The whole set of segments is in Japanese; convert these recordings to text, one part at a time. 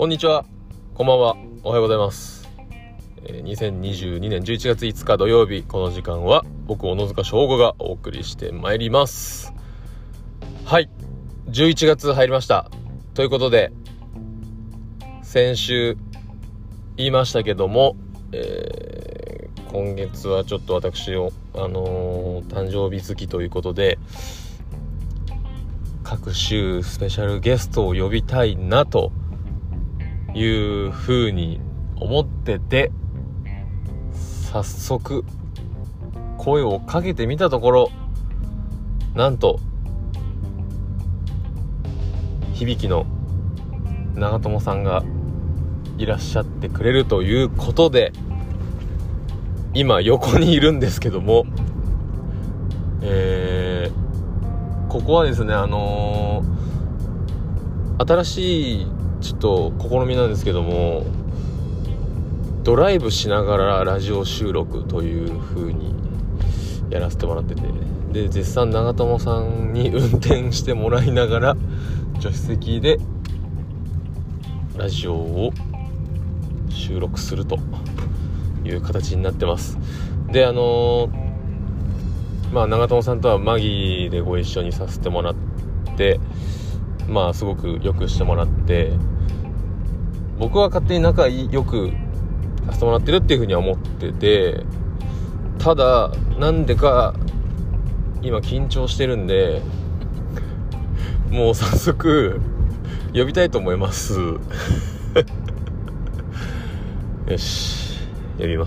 こんにちは、こんばんは、おはようございます。2022年11月5日土曜日、この時間は僕小野塚翔吾がお送りしてまいります。はい、11月入りましたということで、先週言いましたけども、今月はちょっと私を誕生日月ということで、各週スペシャルゲストを呼びたいなという風に思ってて、早速声をかけてみたところ、なんと響の長友さんがいらっしゃってくれるということで、今横にいるんですけども、ここはですね、新しいちょっと試みなんですけども、ドライブしながらラジオ収録という風にやらせてもらってて、で絶賛長友さんに運転してもらいながら助手席でラジオを収録するという形になってます。で長友さんとはマギーでご一緒にさせてもらって、すごくよくしてもらって、僕は勝手に仲良くさせてもらってるっていう風には思ってて、ただなんでか今緊張してるんで、もう早速呼びたいと思いますよし、呼びます。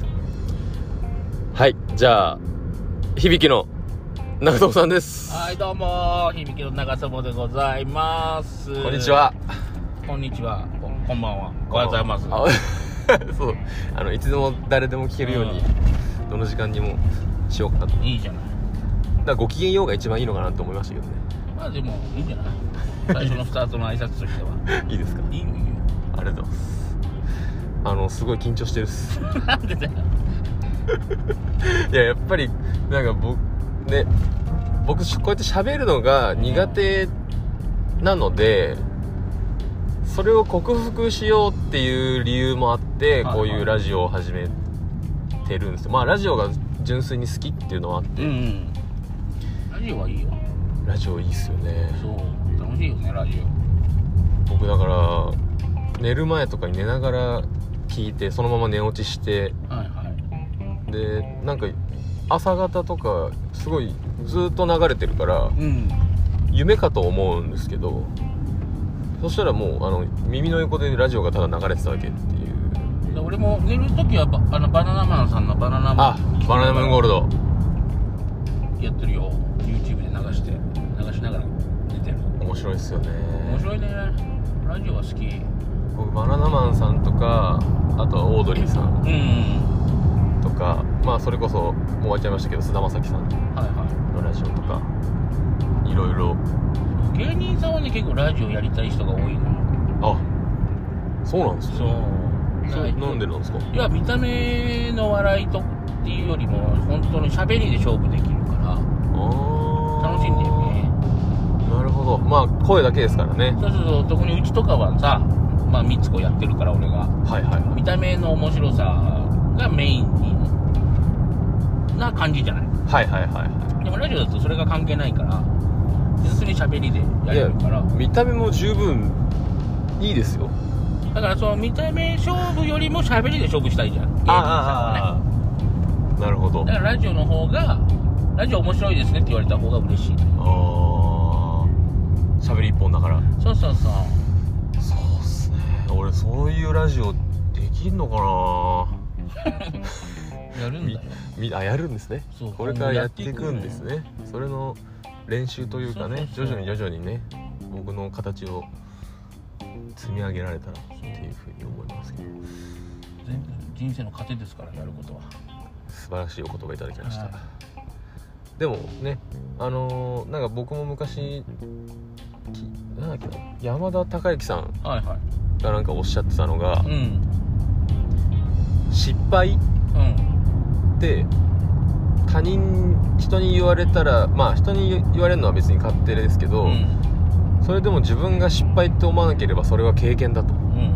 はい、じゃあ響の長友さんです。 はい、どうも響の長友でございます。 こんにちは。 こんにちは。こんばんは。おはようございます。 そういつでも誰でも聞けるように、どの時間にもしようかなと。 いいじゃない。 だからご機嫌ようが一番いいのかなと思いましたけどね。 でもいいんじゃない最初のスタートの挨拶としてはいいですか。 いいよ。 ありがとうございます。すごい緊張してるっすなんでだよいや、やっぱりなんか僕こうやって喋るのが苦手なので、それを克服しようっていう理由もあって、こういうラジオを始めてるんですよ。ラジオが純粋に好きっていうのはあって、 ラジオはいいよ。 ラジオいいっすよね。 そう楽しいよね、ラジオ。僕だから寝る前とかに寝ながら聞いて、そのまま寝落ちして、でなんか朝方とかすごいずっと流れてるから、夢かと思うんですけど、そしたらもう耳の横でラジオがただ流れてただけっていう。 俺も寝るときはバナナマンさんのバナナマンゴールドやってるよ。 YouTube で流しながら寝てる。 面白いっすよね。 面白いね。ラジオは好き。 僕バナナマンさんとか、あとはオードリーさんとか、それこそもう終わっちゃいましたけど菅田将暉さんのラジオとか、いろいろ。 芸人さんはね、結構ラジオやりたい人が多いのよ。 あ、そうなんですね。それなんでなんですか。 いや、見た目の笑いとっていうよりも本当に喋りで勝負できるから楽しいんだよね。 なるほど。声だけですからね。 そう。特にうちとかはさ、みつこやってるから、俺が見た目の面白さがメインな感じじゃない。でもラジオだとそれが関係ないから、純粋に喋りでやれるから。 見た目も十分いいですよ。 だからその見た目勝負よりも喋りで勝負したいじゃん、芸人さんはね。 なるほど。 だからラジオの方が、ラジオ面白いですねって言われた方が嬉しい。 喋り一本だから。 そうっすね。俺そういうラジオできんのかなやるんだよ。 やるんですね。これからやっていくんですね。それの練習というかね、徐々にね、僕の形を積み上げられたらっていうふうに思いますけど、 全部人生の糧ですから、やることは。 素晴らしいお言葉いただきました。でもね、なんか僕も昔なんだっけな、山田孝之さんがなんかおっしゃってたのが、失敗って人に言われたら、人に言われるのは別に勝手ですけど、それでも自分が失敗って思わなければそれは経験だと、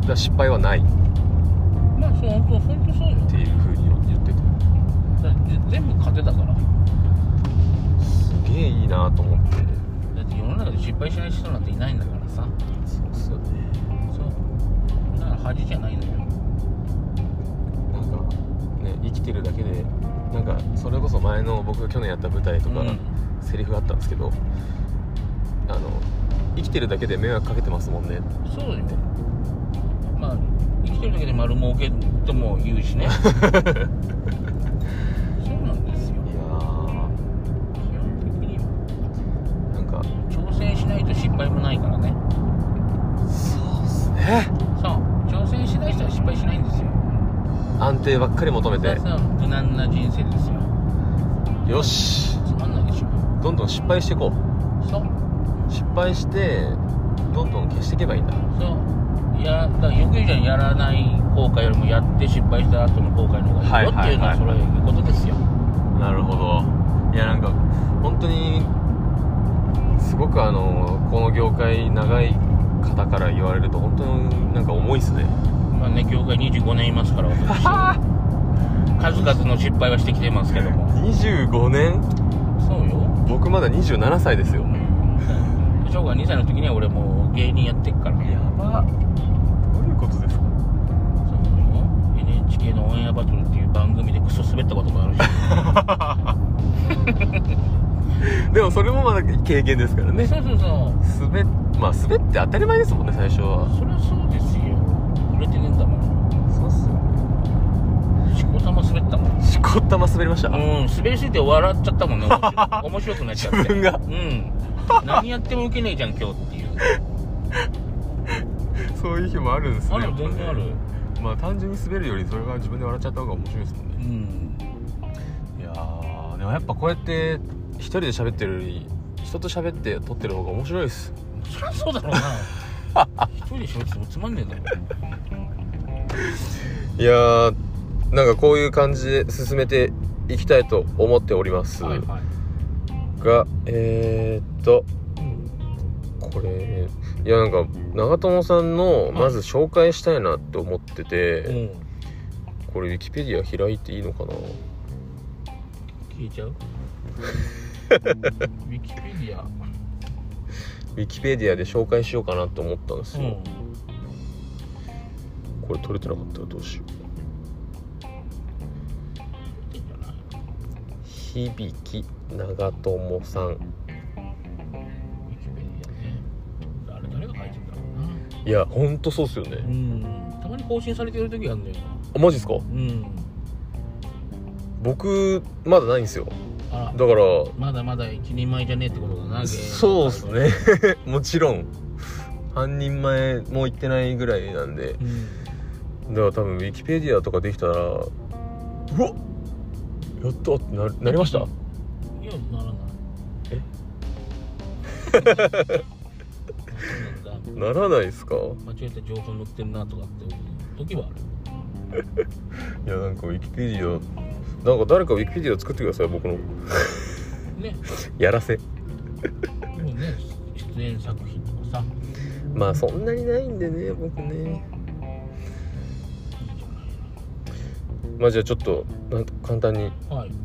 から失敗はないまあそう本当そうよっていう風に言ってて、 全部糧だから。 すげえいいなと思って。 だって世の中で失敗しない人なんていないんだからさ。 そうっすよね。 そうだから恥じゃないのよ。 なんかね、生きてるだけで、なんかそれこそ前の僕が去年やった舞台とか、セリフがあったんですけど、生きてるだけで迷惑かけてますもんね。 そうよ。まあ生きてるだけで丸儲けとも言うしね。そうなんですよ。 いやー、 基本的にはなんか挑戦しないと失敗もないからね。 そうっすね。 そう挑戦しない人は失敗しないんですよ。 安定ばっかり求めて。 そう無難な人生ですよ。 よし、 つまんないでしょ。 どんどん失敗していこう。 そう失敗してどんどん消していけばいいんだ。 そうだからよく言うじゃん、やらない後悔よりもやって失敗した後の後悔の方がいいよっていうのはそういうことですよ。 なるほど。いやなんか本当にすごくこの業界長い方から言われると本当になんか重いっすね。 まあね、業界25年いますから私数々の失敗はしてきてますけども。 25年？ そうよ。 僕まだ27歳ですよ。 翔が2歳の時には俺もう芸人やってっから。 やば。どういうことですか？ そうよ。NHK のオンエアバトルっていう番組でクソ滑ったこともあるしでもそれもまだ経験ですからね。 そうまあ滑って当たり前ですもんね、最初は。 そりゃそうですよ。売れてねえんだもん。 そうっすよね。 しこたま滑ったもん。 しこったま滑りました。 滑りすぎて笑っちゃったもんね。面白くなっちゃって自分が何やってもウケねえじゃん今日っていう。 そういう日もあるんですね。 ある、全然ある。 まあ単純に滑るよりそれが自分で笑っちゃった方が面白いですもんね。いやー、でもやっぱこうやって一人で喋ってるより人と喋って撮ってる方が面白いです。 そりゃそうだろうな。一人で喋っててもつまんねえだろ。 いやー、なんかこういう感じで進めていきたいと思っております、 はいはい、 がこれいやなんか長友さんのまず紹介したいなって思ってて、これウィキペディア開いていいのかな。 消えちゃうウィキペディアウィキペディアで紹介しようかなと思ったんですよ、これ取れてなかったらどうしよう。響長友さん。 ウィキペディアね。誰が書いてんだろうな。 いやほんとそうっすよね。 たまに更新されてる時あるんだよな。 あ、マジっすか？僕まだないんですよ。だからまだまだ一人前じゃねえってことだな。 そうっすねもちろん半人前も行ってないぐらいなんで、だから多分ウィキペディアとかできたら、うわっやったってなりました？ いや、ならない。 ならないですか？ 間違えた情報載ってるなとかって思う時はある。 いやなんかウィキペディアなんか誰かウィキペディア作ってください、僕のねやらせでもね、出演作品とかさ、 まあそんなにないんでね、僕ね。まあじゃあちょっと簡単に、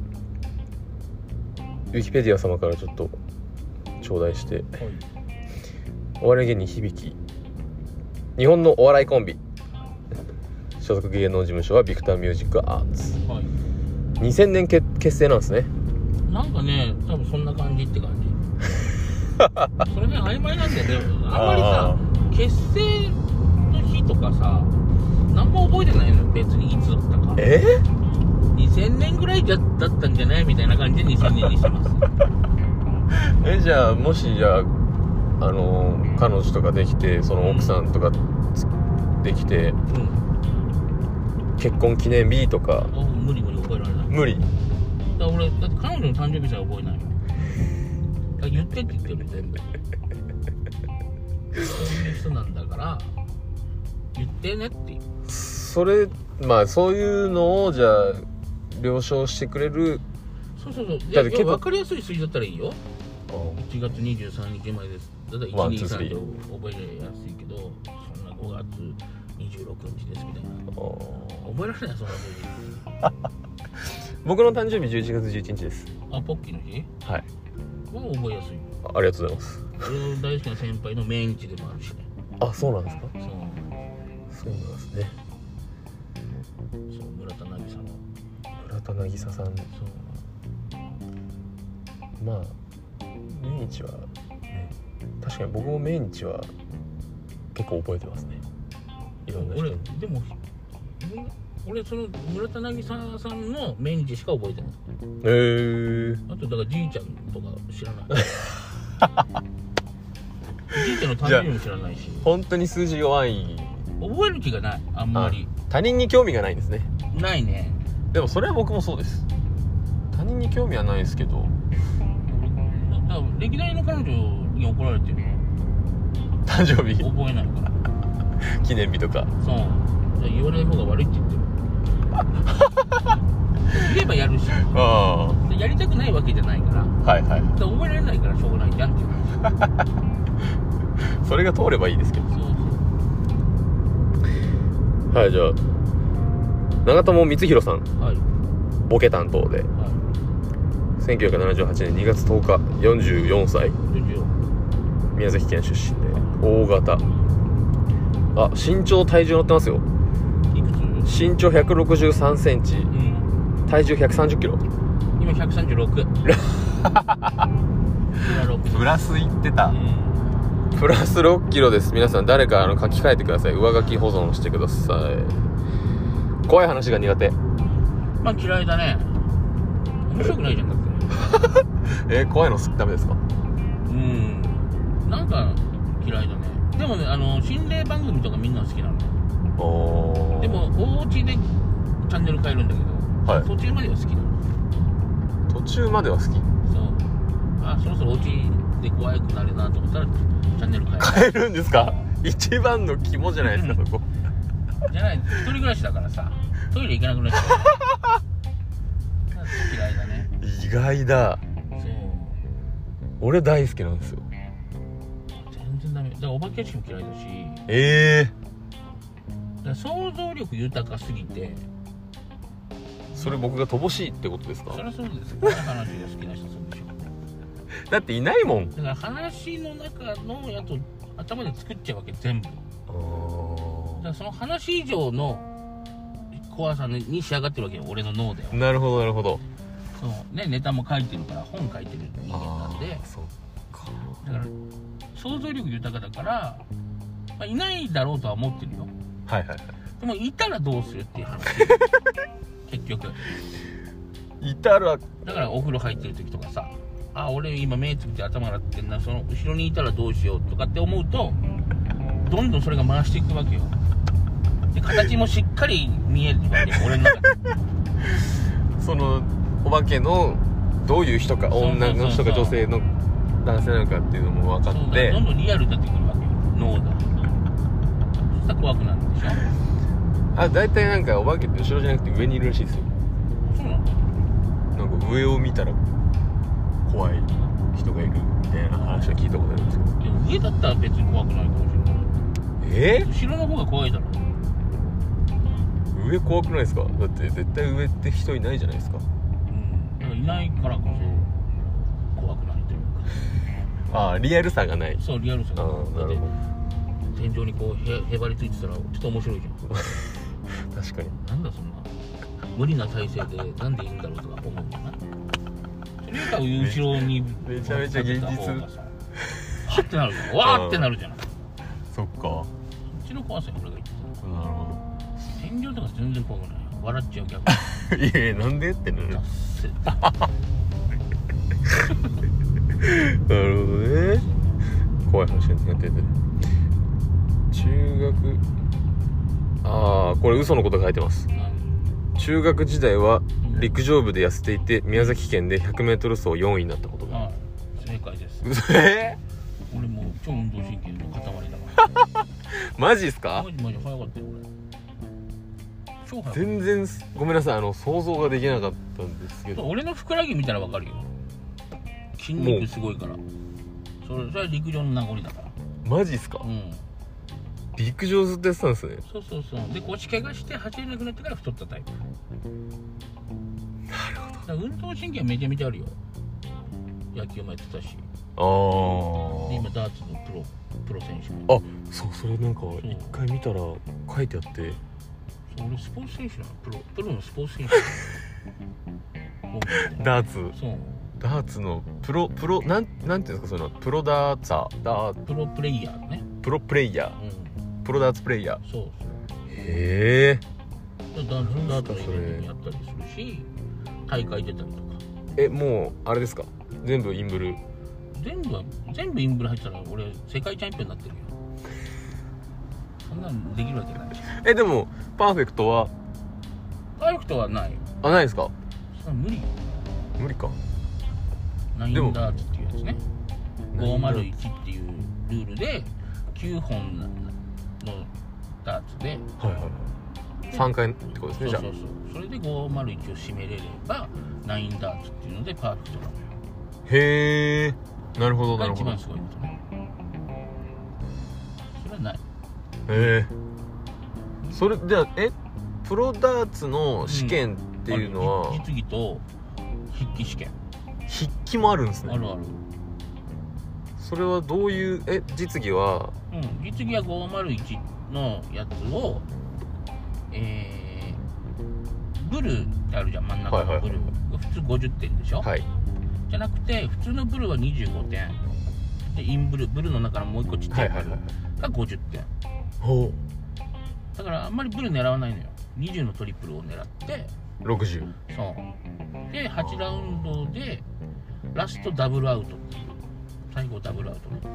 ウィキペディア様からちょっと頂戴して、お笑い芸人響、日本のお笑いコンビ、所属芸能事務所はビクターミュージックアーツ、2000年結成なんですね。 なんかね、多分そんな感じって感じそれね、曖昧なんだよね。あんまりさ、結成の日とかさ、何も覚えてないのよ、別にいつだったか。2000年ぐらいだったんじゃないみたいな感じで2000年にしてますじゃあもしじゃあ彼女とかできて、その奥さんとかできて、結婚記念日とか無理覚えられない。 無理だって彼女の誕生日さえ覚えないもん。だ言ってって言ってる全部そういう人なんだから言ってねっていう。 それまあそういうのをじゃあ了承してくれる。 そうだって結構分かりやすい数字だったらいいよ。1月23日前ですだったら123って覚えやすいけど、そんな5月 26日ですみたいな。覚えられないそんな数字。 僕の誕生日11月11日です。 あ、ポッキーの日。 はい。 覚えやすい。 ありがとうございます。 俺の大好きな先輩の命日でもあるしね。 あ、そうなんですか。 そうなんですね。 そう、村田渚の村田渚さん。そう、まあ命日はね、確かに僕も命日は結構覚えてますね。いろんな人に。俺その村田渚さんの命日しか覚えてない。あとだからじいちゃんとか知らない。じいちゃんの誕生日も知らないし。 本当に数字弱い。 覚える気がない、あんまり。 他人に興味がないんですね。 ないね。 でもそれは僕もそうです。他人に興味はないですけど。 だから歴代の彼女に怒られてるの。 誕生日覚えないから。 記念日とか。 そう。言わない方が悪いって言ってる。言えばやるし。ああ。やりたくないわけじゃないから。はいはい。覚えられないからしょうがないじゃんっていう話。 それが通ればいいですけど。そうそう。はい、じゃあ長友光弘さん、はい、ボケ担当で、はい、1978年2月10日44歳宮崎県出身で大型。あ、身長体重載ってますよ。いくつ？身長163センチ、うん、体重130キロ。 今136。 プラスいってた、プラス6キロです。皆さん誰か書き換えてください。上書き保存してください。怖い話が苦手。 まあ嫌いだね。面白くないじゃんだって。 怖いのダメですか？ なんか嫌いだね。でもね、心霊番組とかみんな好きなの。でもお家でチャンネル変えるんだけど、はい、途中までは好きなの。 途中までは好き。そう。 あ、そろそろお家で怖くなるなと思ったらチャンネル変えるんですか？一番の肝じゃないですか、そこ。 じゃない、一人暮らしだからさ、トイレ行けなくなっちゃう。嫌いだね。 意外だ。そう。俺大好きなんですよ。 全然ダメ。だからお化け屋敷も嫌いだし。だから想像力豊かすぎて。 それ僕が乏しいってことですか？ そりゃそうですよ。怖い話が好きな人そうでしょ。 だっていないもん。 だから話の中のやつを頭で作っちゃうわけ、全部。だからその話以上の怖さに仕上がってるわけよ、俺の脳では。なるほどなるほど。 そうね、ネタも書いてるから、本書いてる人間なんで。そうか。だから想像力豊かだから、まあ、いないだろうとは思ってるよ。はいはいはい。でもいたらどうするっていう話。結局いたら、 だからお風呂入ってる時とかさ、あ、俺今目つぶって頭洗ってんな、その後ろにいたらどうしようとかって思うと、どんどんそれが回していくわけよ。で、形もしっかり見えるわけよ、俺の中で。 そのお化けのどういう人か、女の人か女性の男性なのかっていうのも分かって、 どんどんリアルになってくるわけよ、脳が。そしたら怖くなるんでしょ。 あ、大体なんかお化けって後ろじゃなくて上にいるらしいですよ。 そうなんだ。 なんか上を見たら怖い人がいるみたいな話は聞いたことあるんですけど。 でも上だったら別に怖くないかもしれない。後ろの方が怖いだろ。 上怖くないですか？だって絶対上って人いないじゃないですか。 だからいないからこそ怖くないというか。 ああ、リアルさがない。 そう、リアルさがない。だって天井にこうへばりついてたらちょっと面白いじゃん。 確かに。 なんだそんな無理な体勢でなんでいいんだろうとか思うんだな。それか後ろにめちゃめちゃ現実。 はってなるじゃん。わーってなるじゃん。 そっか。そっちの怖さよ、俺が言ってた。 なるほど。 天井とか全然怖くない。笑っちゃう逆に。いやなんでってなる。なるほどね。怖い話が苦手で。中学、これ嘘のことが書いてます。中学時代は陸上部で痩せていて、宮崎県で 100m 走4位になったことが。 正解です。俺もう超運動神経の塊だから。 マジっすか？ マジ早かったよ俺。 全然ごめんなさい、想像ができなかったんですけど。 俺のふくらはぎ見たらわかるよ。筋肉すごいから。それは陸上の名残だから。 マジっすか？ 陸上ずっとやってたんですね。 そうで腰怪我して走れなくなってから太ったタイプ。 なるほど。 だから運動神経はめちゃめちゃあるよ。野球もやってたし。で今ダーツのプロ選手も。 そう、それなんか一回見たら書いてあって。 俺スポーツ選手なの。プロのスポーツ選手ダーツ。 そうダーツのプロなんていうんですか、そのプロダーツァープロプレイヤーね。 プロプレイヤー、プロダーツプレイヤー。 そうへえ。 ダーツのイベントもやったりするし、大会出たりとか。 もうあれですか、全部インブル。 全部インブル入ってたら俺世界チャンピオンになってるよ。そんなのできるわけない。 でもパーフェクトはない。 ないですか。 そんな無理か。 ナインダーツっていうやつね。501っていうルールで9本のダーツで、3回ってことですね。じゃあそれで501を締めれればナインダーツっていうのでパーフェクトなのよ。 へえ。なるほどなるほど。 一番すごいことね。それはない。 それじゃあプロダーツの試験っていうのは、 実技と筆記試験。 筆記もあるんですね。 ある。 それはどういう実技は、 実技は501のやつをブルってあるじゃん、真ん中のブル、普通50点でしょ、じゃなくて普通のブルは25点で、インブルの中のもう一個ちっちゃいブルが50点、だからあんまりブル狙わないのよ。20のトリプルを狙って 60。 そうで8ラウンドでラストダブルアウトっていう、最後ダブルアウトね。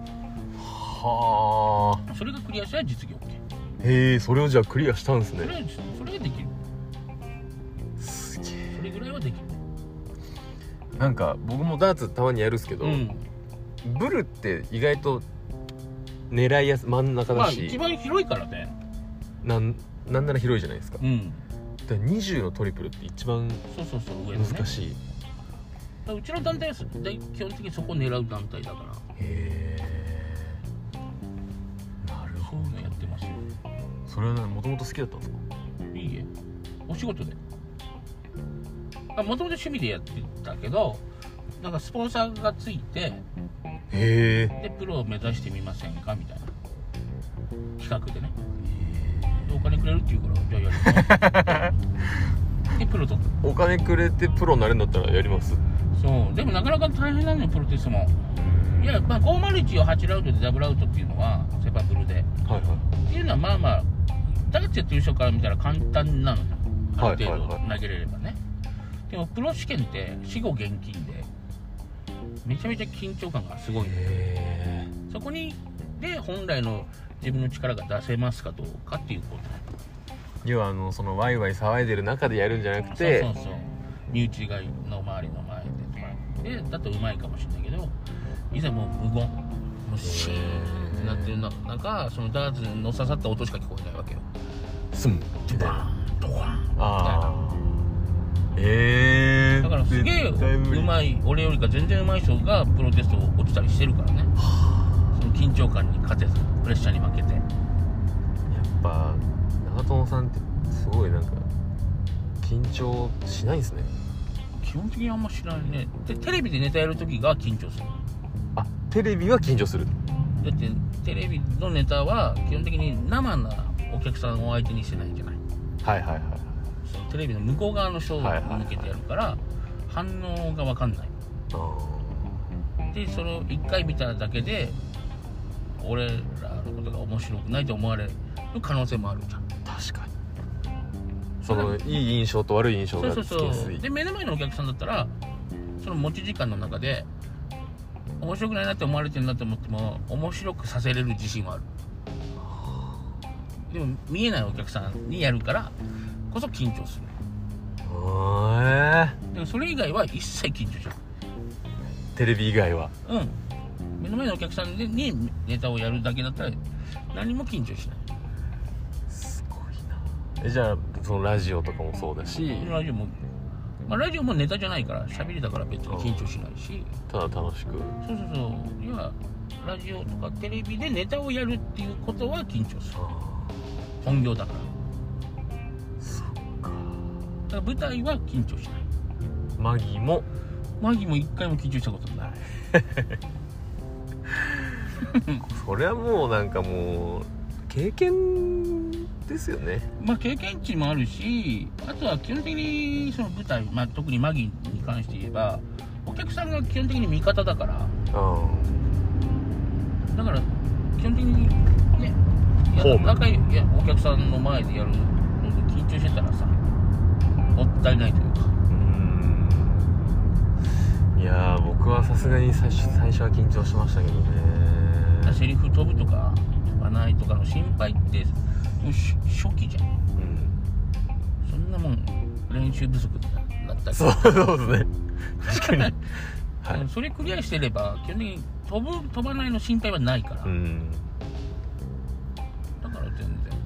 それがクリアしたら実技 OK。 へえ。それをじゃあクリアしたんですね。 それができる。 すげえ。 それぐらいはできる。 なんか僕もダーツたまにやるんですけど、ブルって意外と狙いやす真ん中だし、 一番広いからね。 なんなら広いじゃないですか。だから20のトリプルって一番上の、 難しい。 うちの団体は基本的にそこを狙う団体だから。 へえ。なるほど。 そういうのやってますよ。 それはもともと好きだったんですか。 いいえ、お仕事で。もともと趣味でやってたけど、なんかスポンサーがついて、でプロを目指してみませんかみたいな企画でね。お金くれるって言うから、じゃあやりますでプロとお金くれてプロになれるんだったらやります。 そうでもなかなか大変なのよ、プロテストも。いや、501を8ラウンドでダブルアウトっていうのはセパブルで、っていうのはダーツやってる人から見たら簡単なのよ、ある程度投げれればね。でもプロ試験って死後現金でめちゃめちゃ緊張感がすごいのよ。そこにで本来の自分の力が出せますかどうかっていうこと。 要はそのワイワイ騒いでる中でやるんじゃなくて、 身内がの周りの前でとかでだとうまいかもしれないけど、いざもう無言、もうシーンってなってる中、そのダーツの刺さった音しか聞こえないわけよ。 スンドカーンドカーンみたいな。だからすげえうまい、俺よりか全然うまい人がプロテスト落ちたりしてるからね。その緊張感に勝てず、プレッシャーに負けて。 やっぱ長友さんってすごいなんか緊張しないんですね。 基本的にあんましないね。でテレビでネタやるときが緊張する。 テレビは緊張する。 だってテレビのネタは基本的に生なお客さんを相手にしてないんじゃない。そのテレビの向こう側の人を向けてやるから、反応が分かんない。でそれを1回見ただけで俺らのことが面白くないと思われる可能性もあるじゃん。 確かに。そのいい印象と悪い印象がつきやすい。 で目の前のお客さんだったらその持ち時間の中で面白くないなって思われてるなと思っても面白くさせれる自信はある。でも見えないお客さんにやるからこそ緊張する。でもそれ以外は一切緊張しない。 テレビ以外は。 目の前のお客さんにネタをやるだけだったら何も緊張しない。 すごいな。じゃあそのラジオとかもそうだし、 ラジオも、ラジオもネタじゃないから喋りだから別に緊張しないし、 ただ楽しく。 いやラジオとかテレビでネタをやるっていうことは緊張する。本業だから。 そっか。 だから舞台は緊張しない。 マギも一回も緊張したことない。 それはもうなんかもう経験ですよね。 まあ経験値もあるし、あとは基本的にその舞台、まあ、特にマギに関して言えばお客さんが基本的に味方だから、だから基本的にね、仲いいお客さんの前でやるので緊張してたらさ、もったいないというか。 いやー、僕はさすがに最初は緊張しましたけどね。 セリフ飛ぶとか飛ばないとかの心配ってもう初期じゃん、そんなもん練習不足だったり。 そうですね、確かに、はい、 それクリアしてれば基本的に飛ばないの心配はないから、だから全然。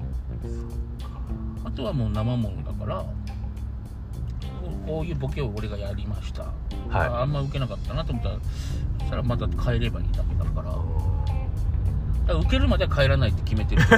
あとはもう生ものだから、こういうボケを俺がやりました、あんま受けなかったなと思ったら、そしたらまた変えればいいだけだから、受けるまでは帰らないって決めてる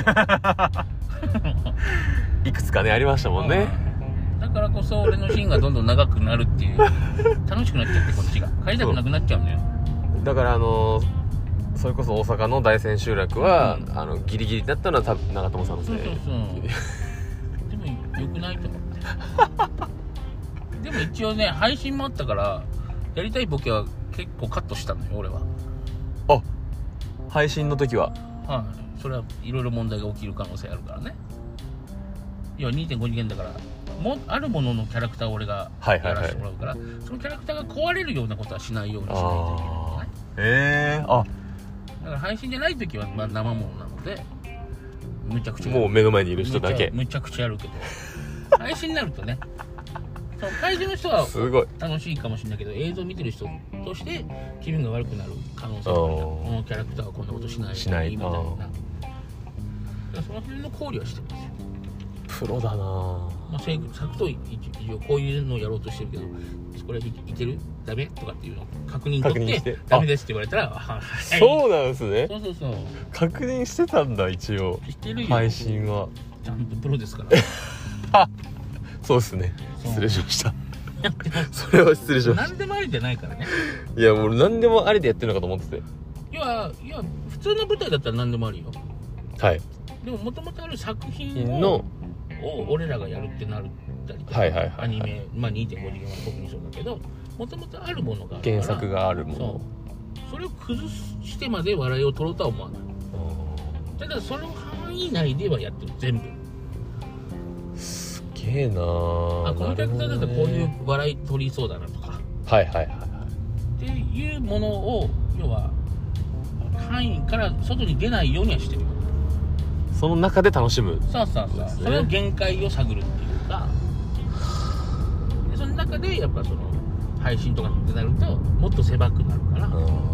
いくつかねありましたもんね、 だからこそ俺のシーンがどんどん長くなるっていう、楽しくなっちゃって、こっちが帰りたくなくなっちゃうんだよ。 だからそれこそ大阪の大千秋楽は、ギリギリだったのは長友さんのせい。そうでも良くないと思ってでも一応ね、配信もあったからやりたいボケは結構カットしたのよ、俺は。 あ、配信の時は。 はい、それはいろいろ問題が起きる可能性あるからね。要は 2.5 次元だから、あるもののキャラクターを俺がやらせてもらうから、そのキャラクターが壊れるようなことはしないようにしないといけないね。だから配信じゃない時はまあ生ものなので、むちゃくちゃもう目の前にいる人だけむちゃくちゃやるけど配信になるとね、その会場の人は楽しいかもしれないけど、映像見てる人として気分が悪くなる可能性がある。このキャラクターはこんなことしないみたいな、その辺の考慮はしてますよ。 プロだなぁ。 サクと一応こういうのをやろうとしてるけど、これいける？ダメ？とかっていうのを確認取ってダメですって言われたら、 そうなんですね。 そう確認してたんだ、一応。 してるよ、 配信はちゃんとプロですからそうですね、失礼しましたそれは失礼しました。 何でもありじゃないからね。 いや、もう何でもありでやってるのかと思ってて。 いや普通の舞台だったら何でもありよ。 はい。 でも元々ある作品を俺らがやるってなったりとか、アニメ、まあ 2.5 次元は特にそうだけど、元々あるものがあるから、 原作があるもの、 それを崩してまで笑いを取ろうとは思わない。ただその範囲内ではやってる、全部。 すげえなぁ。 このキャラクターだったらこういう笑い取りそうだなとか、っていうものを、要は範囲から外に出ないようにはしてる。 その中で楽しむ。 そう、それの限界を探るっていうか、でその中でやっぱその配信とかってなるともっと狭くなるから、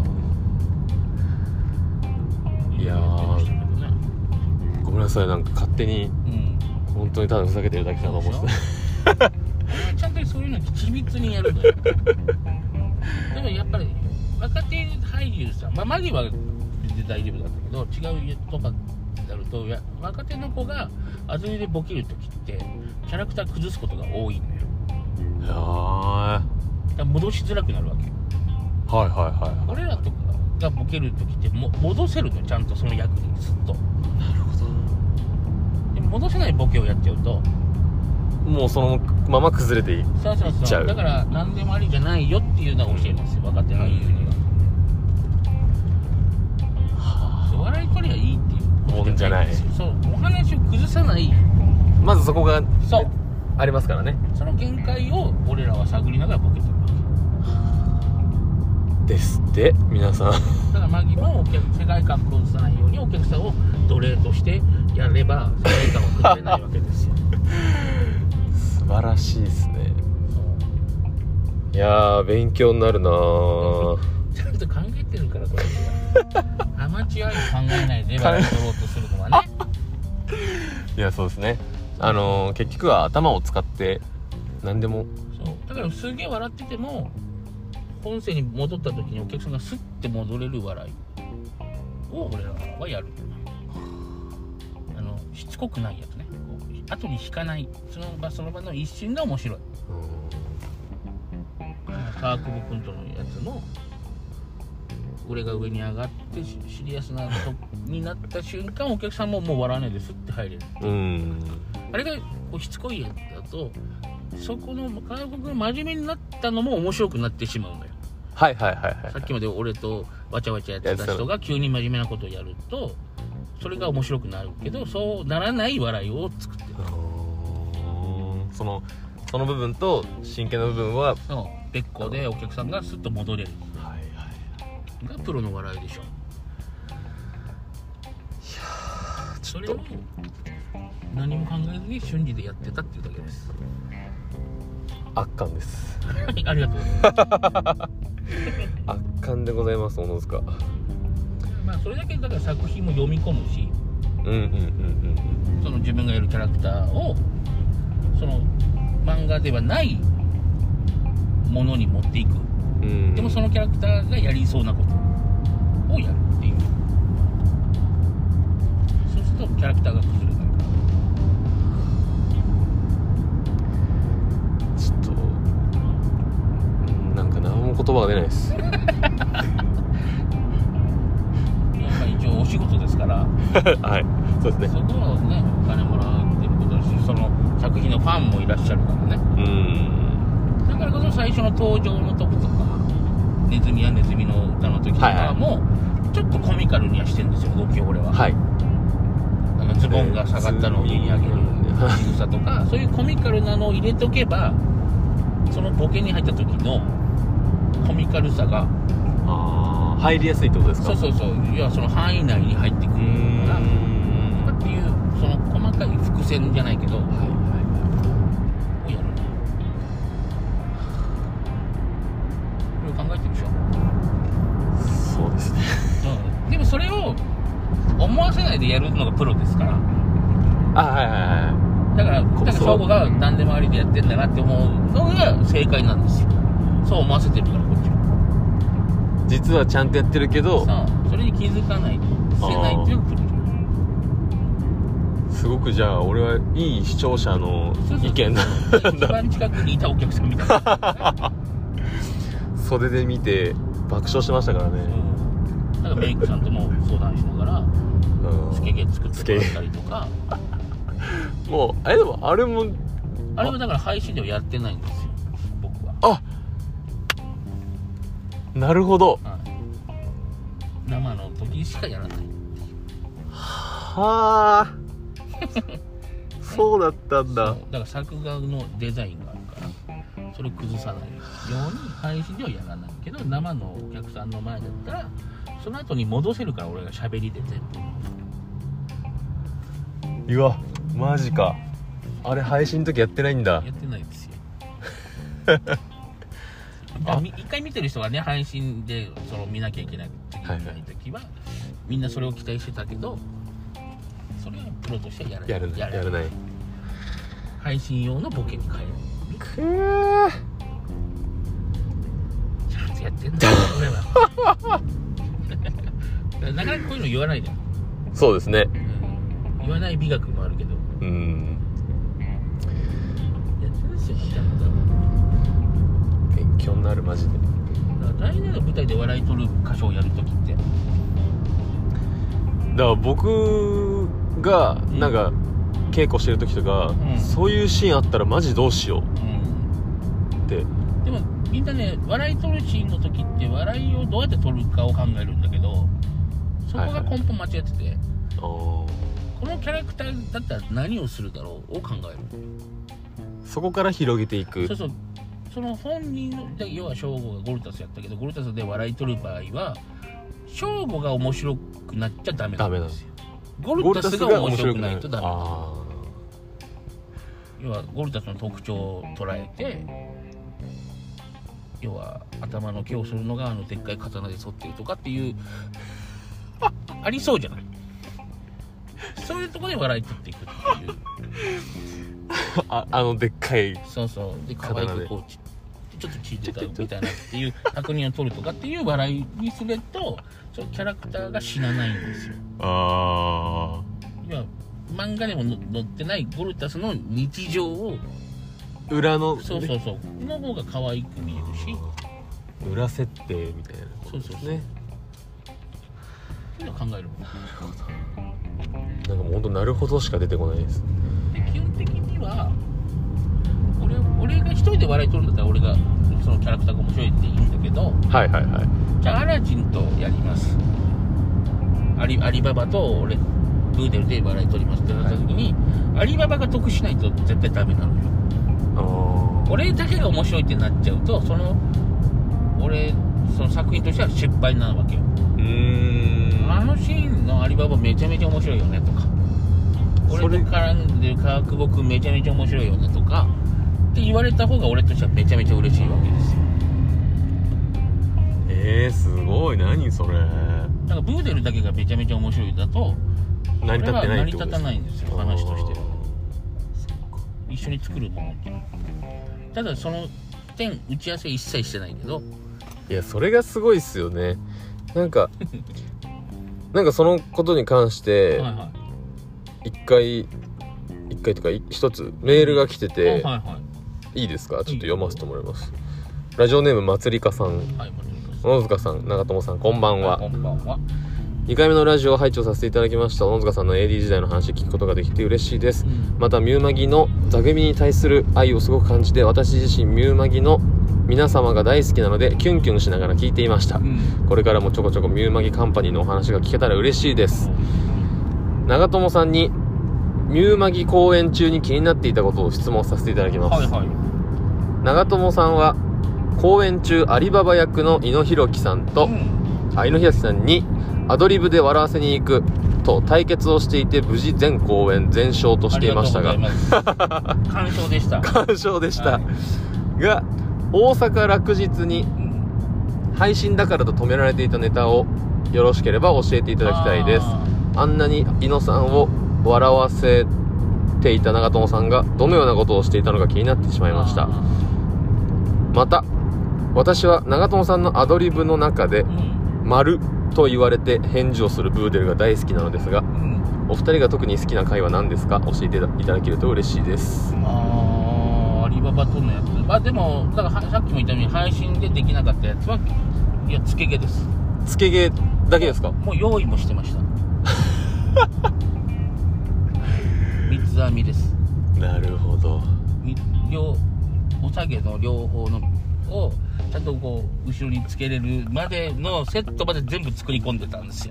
いやー、ごめんなさい、なんか勝手に、本当にただふざけてるだけかと思ってたちゃんとそういうの緻密にやるのよでもやっぱり若手俳優さん、マギは全然大丈夫だったけど、違うとかなると、若手の子がアズリでボケるときってキャラクター崩すことが多いのよ。だから戻しづらくなるわけ。俺らとかがボケるときって戻せるのよ、ちゃんとその役にずっと。なるほど。でも戻せないボケをやっちゃうともうそのまま崩れていっちゃう。 だから何でもありじゃないよっていうのは教えますよ、若手俳優には。笑い取りゃいいっていうもんじゃない。 そう、お話を崩さない、 まずそこがありますからね。 その限界を俺らは探りながらボケてるわけですって、皆さん。 だからマギも世界観を崩さないようにお客さんを奴隷としてやれば世界観を崩れないわけですよ素晴らしいですね。いやー、勉強になるなぁちゃんと考えてるからこれアマチュアに考えないで笑い取ろうとするのはねいや、そうですね。結局は頭を使って何でも。 そうだからすげえ笑ってても本性に戻った時にお客さんがスッて戻れる笑いを俺らはやる。しつこくないやつね。後に引かない、その場の一瞬が面白い。川久保君とのやつの俺が上に上がってシリアスなになった瞬間、お客さんももう笑わないですって入れる。あれがこうしつこいやつだと、そこの川久保君真面目になったのも面白くなってしまうんだよ。さっきまで俺とわちゃわちゃやってた人が急に真面目なことをやると、それが面白くなるけど、そうならない笑いを作ってる。 その部分と真剣な部分は別個でお客さんがスッと戻れる、がプロの笑いでしょ。それを何も考えずに瞬時でやってたっていうだけです。 圧巻です。 ありがとうございます。 圧巻でございます、小野塚。 それだけだから作品も読み込むし、その自分がやるキャラクターをその漫画ではないものに持っていく。でもそのキャラクターがやりそうなことをやるっていう。そうするとキャラクターが崩れないから。 ちょっとなんか何も言葉が出ないです。 一応お仕事ですからはい、そうですね。 そこはね、お金もらってることだし、その作品のファンもいらっしゃるからね。だからこそ最初の登場の時とか、ネズミやネズミの歌の時とかも、ちょっとコミカルにはしてるんですよ、動きを俺は。ズボンが下がったのを上に上げる仕草とか、そういうコミカルなのを入れとけば、そのボケに入った時のコミカルさが入りやすいってことですか？ そう。いや、その範囲内に入ってくるからっていう、その細かい伏線じゃないけど、をやる。これ考えてるでしょ。 そうですね。 でもそれを思わせないでやるのがプロですから。だから翔吾が何でもありでやってんだなって思うのが正解なんですよ。そう思わせてるから、こっちは。 実はちゃんとやってるけど、 それに気づかない、せないっていうのがプロ。 すごくじゃあ俺はいい視聴者の意見だ。 一番近くにいたお客さんみたいな。 袖で見て爆笑してましたからね。 だからメイクさんとも相談しながらスケゲ作ってもらったりとか。 もうでもあれもだから配信ではやってないんですよ、僕は。 なるほど。 生の時しかやらない。 そうだったんだ。 だから作画のデザインがあるからそれ崩さないように配信ではやらないけど、生のお客さんの前だったらその後に戻せるから、俺が喋りで全部。うわ、マジか。あれ配信の時やってないんだ。 やってないですよ。一回見てる人がね、配信でその見なきゃいけない時は、みんなそれを期待してたけど、それはプロとしてはやらない。配信用のボケに変える。ちゃんとやってんだよ俺は。なかなかこういうの言わないで。 そうですね。 言わない美学もあるけど。やってるんですよ、ちゃんと。 勉強になる、マジで。 来年の舞台で笑い取る箇所をやるときって、 だから僕がなんか稽古してる時とか、そういうシーンあったらマジどうしようって。 でもみんなね、笑い取るシーンの時って笑いをどうやって取るかを考えるんだけど、そこが根本間違ってて、このキャラクターだったら何をするだろうを考える。 そこから広げていく。 その本人で、要は翔吾がゴルタスやったけど、ゴルタスで笑い取る場合は翔吾が面白くなっちゃダメなんですよ。ゴルタスが面白くないとダメ。要はゴルタスの特徴を捉えて、要は頭の毛をするのがでっかい刀で剃ってるとかっていうありそうじゃない。そういうところで笑い取っていくっていう。 でっかい。 で可愛くこうってちょっと聞いてたよみたいなっていう確認を取るとかっていう笑いにすると、そのキャラクターが死なないんですよ。いや漫画でも載ってないボルタスの日常を裏の、ね、 そうの方が可愛く見えるし、 裏設定みたいなことですね。そういうの考えるもん。 なんかもうほんとなるほどしか出てこないです。 で基本的には俺が一人で笑い取るんだったら俺がそのキャラクターが面白いっていいんだけど、じゃあアラジンとやります、アリババと俺ブーデルで笑い取りますってなった時に、アリババが得しないと絶対ダメなのよ。俺だけが面白いってなっちゃうと、その作品としては失敗なわけよ。あのシーンのアリババめちゃめちゃ面白いよねとか、俺と絡んでる川久保君めちゃめちゃ面白いよねとかって言われた方が俺としてはめちゃめちゃ嬉しいわけですよ。 すごい。何それ。 だからブーデルだけがめちゃめちゃ面白いだと成り立ってないってことですか。成り立たないんですよ、話としては。一緒に作るものってただその点打ち合わせ一切してないけど、 いやそれがすごいっすよね。なんかそのことに関して一回とか一つメールが来てて、いいですか、ちょっと読ませてもらいます。ラジオネームまつりかさん、小野塚さん、長友さん、こんばんは。2回目のラジオを拝聴させていただきました。小野塚さんの AD 時代の話を聞くことができて嬉しいです。またミューマギの座組に対する愛をすごく感じて、私自身ミューマギの皆様が大好きなのでキュンキュンしながら聞いていました。これからもちょこちょこミューマギカンパニーのお話が聞けたら嬉しいです。長友さんにミューマギ公演中に気になっていたことを質問させていただきます。長友さんは公演中アリババ役の井野博樹さんと、井野博樹さんにアドリブで笑わせに行くと対決をしていて、無事全公演全勝としていましたが完勝でしたが、大阪落日に配信だからと止められていたネタをよろしければ教えていただきたいです。あんなに井野さんを笑わせていた長友さんがどのようなことをしていたのか気になってしまいました。また私は長友さんのアドリブの中で丸と言われて返事をするブーデルが大好きなのですが、お二人が特に好きな回は何ですか、教えていただけると嬉しいです。 アリババとのやつ、でもだからさっきも言ったように配信でできなかったやつは、いやつけ毛です。 つけ毛だけですか。 もう用意もしてました三つ編みです。 なるほど。 お下げの両方のをちゃんとこう後ろにつけれるまでのセットまで全部作り込んでたんですよ。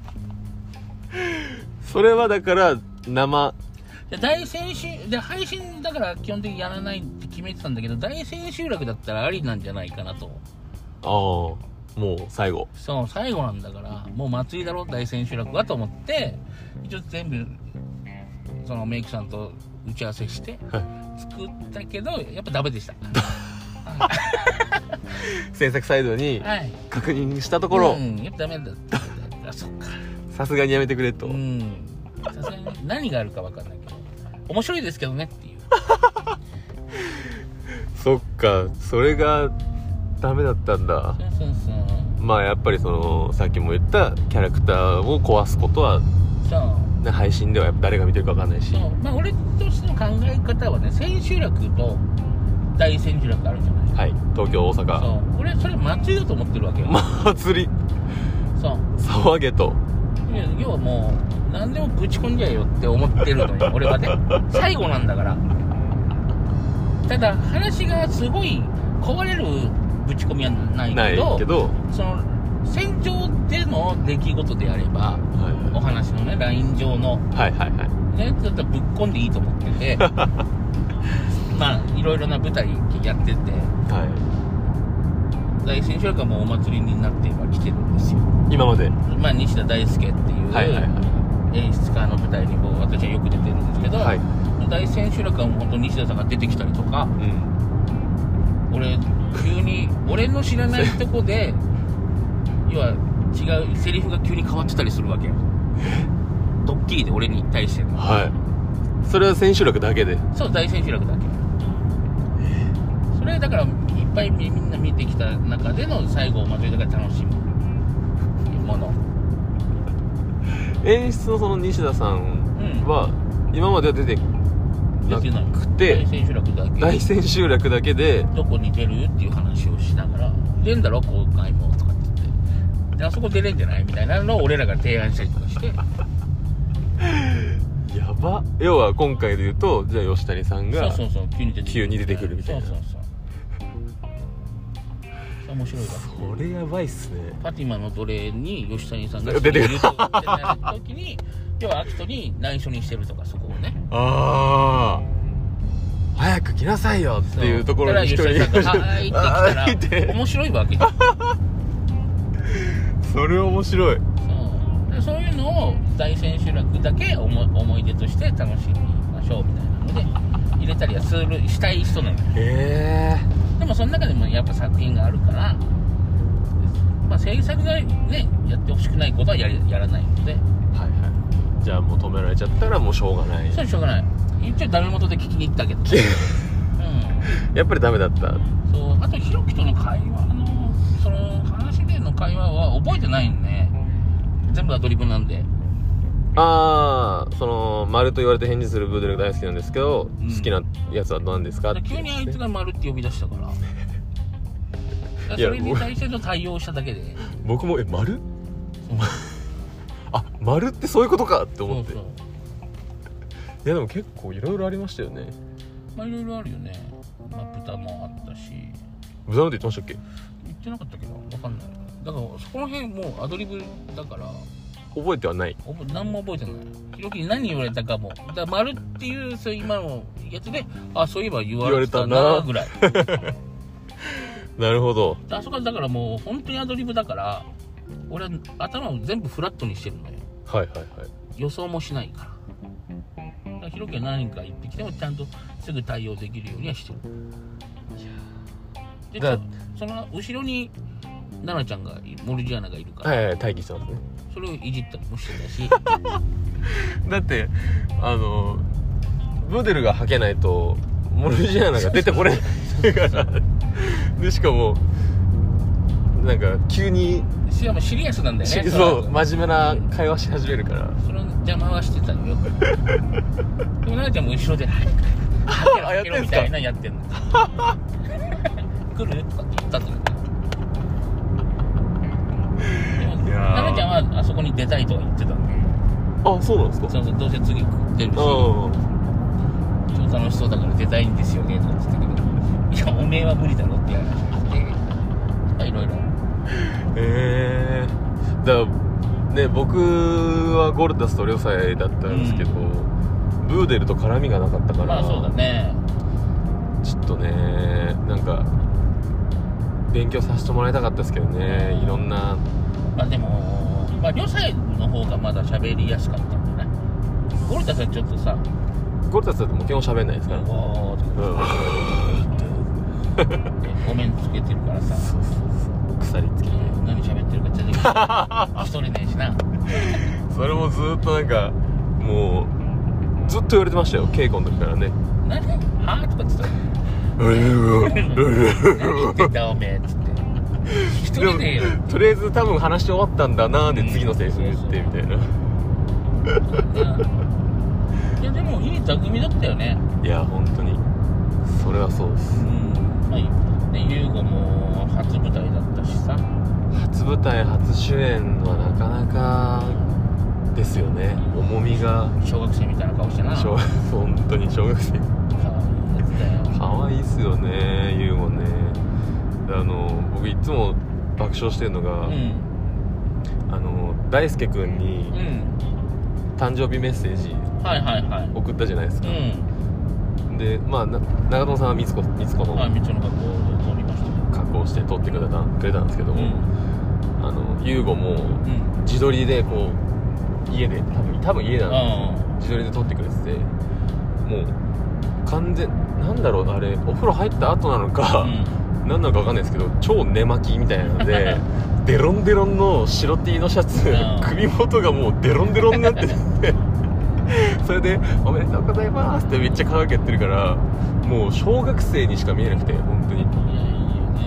それはだから生大千秋で配信だから基本的にやらないって決めてたんだけど、大千秋楽だったらありなんじゃないかなと。 もう最後。 そう、最後なんだからもう祭りだろ大千秋楽はと思って、一応全部そのメイクさんと打ち合わせして作ったけど、やっぱダメでした制作サイドに確認したところ、 やっぱダメだったそっか、 さすがにやめてくれと。 さすがに何があるか分かんないけど面白いですけどねっていうそっか、それがダメだったんだ。まあやっぱりそのさっきも言ったキャラクターを壊すことは配信ではやっぱ誰が見てるか分かんないし、 俺としての考え方はね、千秋楽と大千秋楽あるじゃない。 東京大阪。 そう、俺それ祭りだと思ってるわけよ。 祭り。そう騒げと。 要はもう何でもぶち込んじゃえよって思ってるのよ俺はね。最後なんだから。ただ話がすごい壊れるぶち込みはないけど、その戦場での出来事であれば、お話のね LINE 上のねだったらぶっ込んでいいと思ってていろいろな舞台やってて、大千秋楽はもうお祭りになっては来てるんですよ今まで。 西田大輔っていう演出家の舞台にも私はよく出てるんですけど、大千秋楽はもう本当に西田さんが出てきたりとか、俺急に俺の知らないとこで要は違うセリフが急に変わってたりするわけよ。ドッキリで俺に対しての。それは千秋楽だけで。 そう、大千秋楽だけ。それだから一般ぱいみんな見てきた中での最後をまとめたから楽しむもの。 演出のその西田さんは、今までは出てなくて、大千秋楽だけでどこに出るっていう話をしながら、出んだろ今回もとかって言って、であそこ出れんじゃないみたいなのを俺らが提案したりとかしてやば。要は今回で言うと、じゃあ吉谷さんがそう急に出てくるみたいな。 そう面白いわ。 それやばいっすね。 ファティマの奴隷に吉谷さんが出てくるってなる時に要はアキトに内緒にしてるとか、そこをね、 ああ早く来なさいよっていうところに一人吉谷さんが入ってきたら面白いわけじゃんそれ面白い。 そういうのを大千秋楽だけ思い出として楽しみましょうみたいなので入れたりはしたい人なのよ。でもその中でもやっぱ作品があるから、まあ制作がねやってほしくないことはやらないので、 じゃあもう止められちゃったらもうしょうがない。 そうしょうがない。一応ダメ元で聞きに行ったけどやっぱりダメだった。 そう。あとひろきとの会話のその話での会話は覚えてないんで、全部アドリブなんで。 その丸と言われて返事するブーデルが大好きなんですけど、好きなやつは何ですかって、 急にあいつが丸って呼び出したからそれに対しての対応しただけで僕も丸あ、丸ってそういうことかって思って。そういやでも結構いろいろありましたよね。 まあいろいろあるよね。まあ豚もあったし。 豚なんて言ってましたっけ？ 言ってなかったけど分かんない。だからそこの辺もうアドリブだから覚えてはない。 何も覚えてない。ひろきに何言われたかも。だから丸っていうそういう今のやつで、あ、そういえば言われたなぐらいなるほど。 あそこはだからもう本当にアドリブだから、俺は頭を全部フラットにしてるのよ。予想もしないから。ひろきが何か言ってきてもちゃんとすぐ対応できるようにはしてる。でその後ろに奈々ちゃんがモルジアナがいるから、 待機してますね。 それをいじったりもしてたしだってブーデルが吐けないとモルジアナが出てこれないからでしかもなんか急にしかもシリアスなんだよね。 そう真面目な会話し始めるから、 その邪魔はしてたのよでも奈々ちゃんも後ろで吐けろみたいなやってんの来るとかって言ったと思う。奈々ちゃんはあそこに出たいとは言ってたんで。 あ、そうなんですか。 そうどうせ次出るし超楽しそうだから出たいんですよねとか言ってたけど、いやおめえは無理だろっていう話をして、いろいろだからね、僕はゴルタスと両サイだったんですけど、ブーデルと絡みがなかったから、 まあそうだね、 ちょっとねなんか勉強させてもらいたかったですけどね、いろんな。 まあでも両サイの方がまだ喋りやすかったんだね。ゴルタスはちょっとさ、 ゴルタスだともう基本喋んないですから、 ごめんつけてるからさ、 鎖つけて何喋ってるか全然一人ねえしなそれもずっとなんかもうずっと言われてましたよ、稽古の時からね。 何はぁとか言ってた何言ってんだおめえっつって一人でよ。 とりあえず多分話し終わったんだなーで次のセリフ言ってみたいな。 いやでもいい座組だったよね。 いや本当にそれはそうです。 まあで優吾も初舞台だったしさ。 初舞台初主演はなかなかですよね。重みが小学生みたいな顔してな。 本当に小学生かわいいっすよね、優吾ね。僕いつも爆笑してるのが、大輔くんに誕生日メッセージ送ったじゃないですか。でまあ長友さんはみつこの格好をして撮ってくれたんですけども、優吾も自撮りでこう家で多分家なの自撮りで撮ってくれてて、もう完全なんだろうあれお風呂入った後なのか、何なのか分かんないですけど超寝巻きみたいなのでデロンデロンの白 T のシャツ、首元がもうデロンデロンになっててそれで「おめでとうございます」ってめっちゃ可愛くやってるから、もう小学生にしか見えなくて本当に。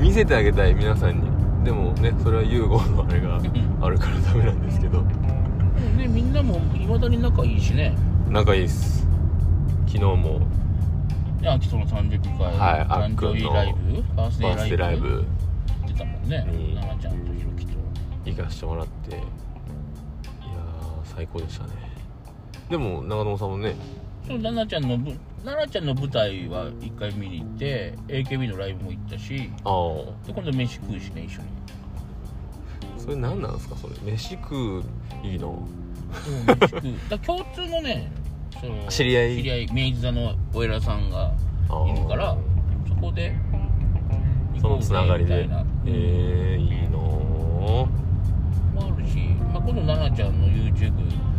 見せてあげたい皆さんに。でもね、それはユーゴのあれがあるからダメなんですけど。 でみんなもいまだに仲いいしね。 仲いいっす。昨日もアキトの誕生日会、誕生日ライブ、バースデーライブ出たもんね。ナナちゃんとヒロキと行かしてもらって、いやー最高でしたね。でも長友さんもね、 ナナちゃんの舞台は一回見に行って、 AKB のライブも行ったし、で今度飯食うしね、一緒に。それ何なんですかそれ、飯食ういいの？ 飯食うだ共通のね、その知り合い明治座のお偉さんがいるから、そこでそのつながりで、いいのもあるし、今度ナナちゃんの YouTube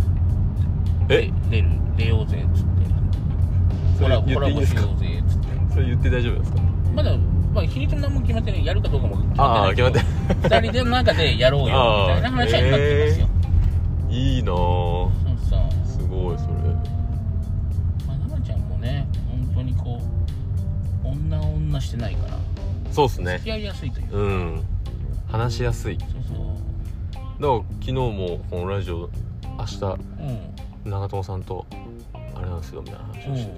出ようぜっつって、コラボしようぜっつって。 それ言って大丈夫ですか？ まだ日にちも何も決まってない、やるかどうかも決まってないけど、2人での中でやろうよみたいな話は今ってますよ。 いいなぁ。 そうすごいそれ。 ナナちゃんもね、本当にこう女してないから、 そうっすね、 付き合いやすいというか、 話しやすい。 そうだから昨日もこのラジオ明日、長友さんとあれなんですよみたいな話をして、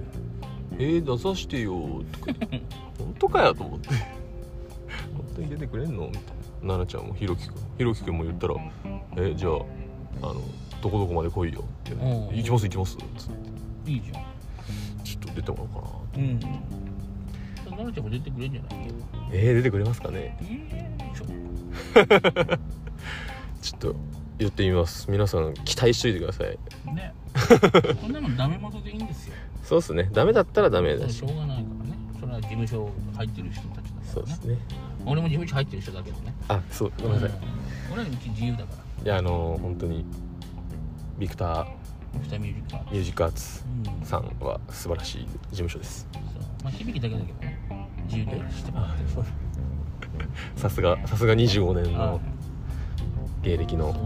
出さしてよとか本当かよと思って本当に出てくれんのみたいな。奈々ちゃんもひろきくんも言ったら、じゃあどこどこまで来いよって、行きますっつっていいじゃん、 ちょっと出てもらおうかな。 奈々ちゃんも出てくれんじゃない？ 出てくれますかね。ちょっと言ってみます。皆さん期待しといてくださいね。こんなのダメ元でいいんですよ。 そうですね、ダメだったらダメだし、 しょうがないからね。それは事務所入ってる人たちだからね。 そうですね。 俺も事務所入ってる人だけどね。 そう、ごめんなさい。 俺はうち自由だから。 いや本当にビクターミュージックアーツさんは素晴らしい事務所です。 響きだけだけどね、自由でしてもらってる。 さすが25年の芸歴の。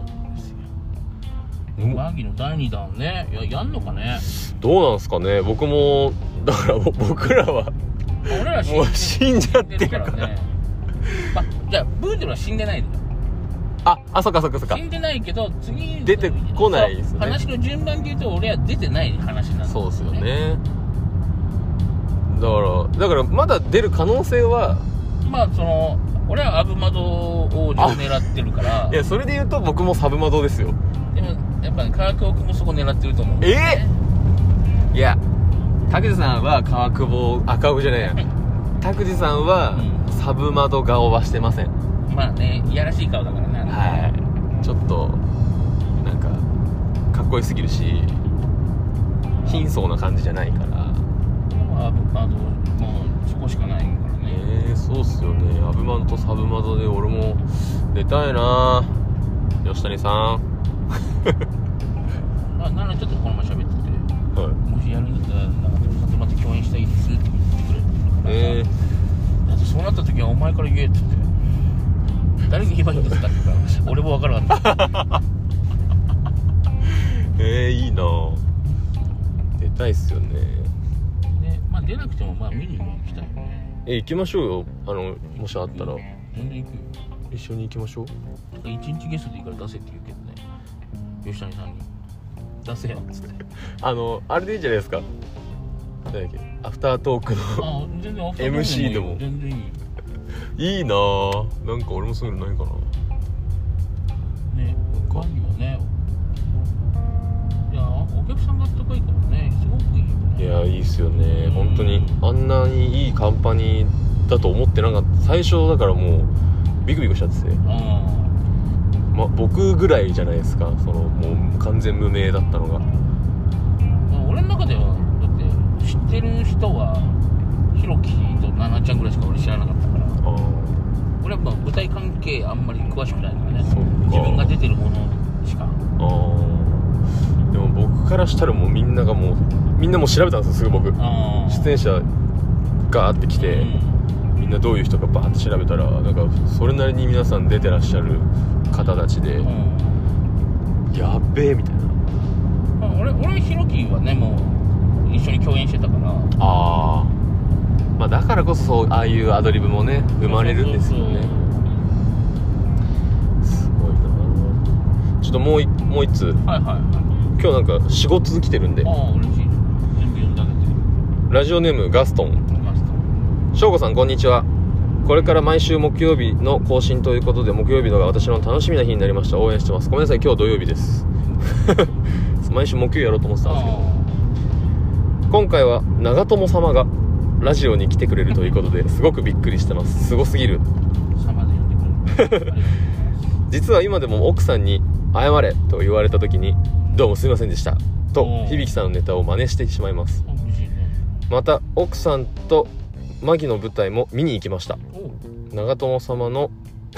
マギの第2弾ね、やんのかね。 どうなんすかね。僕もだから僕らは俺らもう死んじゃってるからね。 じゃあブーデルは死んでないのよ。 そっか死んでないけど次出てこないですね。 話の順番で言うと俺は出てない話なんだよね。 そうですよね。だからまだ出る可能性は、 俺はアブマド王子を狙ってるから。 いやそれで言うと僕もサブマドですよ。 でもやっぱり川久保君もそこ狙ってると思う、 ね。いや拓司さんは川久保じゃないや拓司さんはサブマド顔はしてません。 いやらしい顔だからね。 ちょっとなんかかっこよすぎるし貧相な感じじゃないから。 アブマドもうそこしかないからね。 そうっすよね。アブマドとサブマドで俺も出たいな。吉谷さんならちょっとこのまま喋ってて、もしやるんだったら長友さんとまた共演したいですって言ってくれるから、だってそうなった時はお前から言えって言って、誰に言えばいいんですかって言うから俺も分からんかったいいな。出たいっすよね。 出なくても見にも行きたいよね。 行きましょうよ。もしあったら全然行くよ。 一緒に行きましょう。 1日ゲストでいいから出せって言うけどね、吉谷さんに出せよっつって。 あれでいいじゃないですか。何だっけ、アフタートークの全然アフタートークでもいい MC でも全然いい。 いいな。なんか俺もそういうのないかな。 ね、会議はね、いやお客さんがあったかいからね、すごくいいよね。 いやいいっすよね。本当にあんなにいいカンパニーだと思ってなかった。最初だからもうビクビクしちゃってて、僕ぐらいじゃないですか、もう完全無名だったのが。 俺の中ではだって知ってる人はひろきとななちゃんぐらいしか俺知らなかったから。俺は舞台関係あんまり詳しくないからね。自分が出てるものしか。 でも僕からしたらもうみんなも調べたんですよ、すぐ僕。出演者ガーって来て、みんなどういう人かバーって調べたら、なんかそれなりに皆さん出てらっしゃる方たちで、やっべえみたいな。 俺ひろきはね、もう一緒に共演してたから。 まあだからこそそうああいうアドリブもね生まれるんですよね。すごいな。ちょっともう一つ、 はいはいはい、 今日なんか4号続きてるんで。 ああ嬉しい。全部読んであげて。 ラジオネームガストン。翔吾さんこんにちは。これから毎週木曜日の更新ということで、木曜日のが私の楽しみな日になりました。応援してます。ごめんなさい、今日土曜日です毎週木曜やろうと思ってたんですけど、今回は長友様がラジオに来てくれるということですごくびっくりしてます。すごすぎる。 様で呼んでくれる実は今でも奥さんに謝れと言われた時にどうもすいませんでしたと響さんのネタを真似してしまいます。また奥さんとマギの舞台も見に行きました。長友様の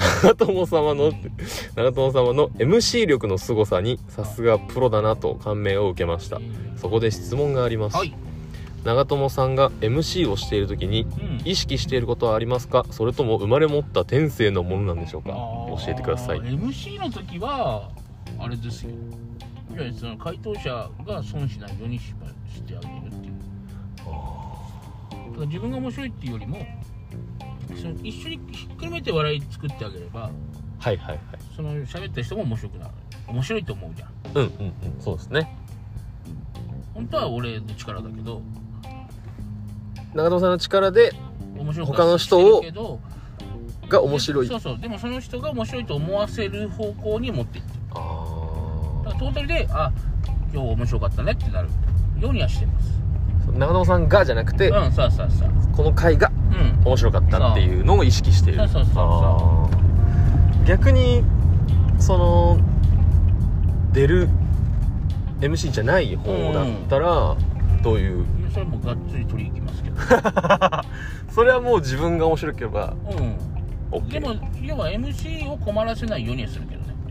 MC 力の凄さにさすがプロだなと感銘を受けました。そこで質問があります、はい、長友さんが MC をしている時に意識していることはありますか？それとも生まれ持った天性のものなんでしょうか？教えてください。 MC の時はあれですよ、いやその回答者が損しないようにしてあげるっていう。だから自分が面白いっていうよりもその一緒にひっくるめて笑い作ってあげれば、 はいはいはい、 その喋った人も面白くなる。面白いと思うじゃん。 うんうんうん、そうですね。 本当は俺の力だけど、 長友さんの力で面白く他の人をが面白い。 そうそう。でもその人が面白いと思わせる方向に持っていって。だからトータルで今日面白かったねってなるようにはしてます。 長友さんがじゃなくて、 そうこの回が面白かったっていうのを意識している。そう逆にその出る MC じゃない方だったらどういう、 それもがっつり取り行きますけどそれはもう自分が面白ければ、 でも要は MC を困らせないようにはするけどね。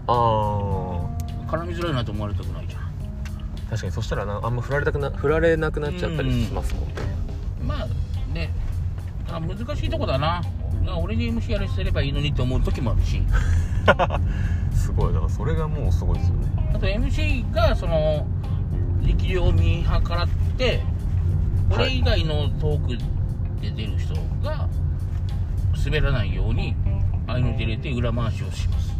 絡みづらいなと思われたくないじゃん。 確かに。そしたらあんま振られなくなっちゃったりしますもんね。 まあね、難しいとこだな。俺に MC やらせればいいのにって思う時もあるしすごい。だからそれがもうすごいですよね。あと MC がその力量を見計らって俺以外のトークで出る人が滑らないように合いの手入れて裏回しをします。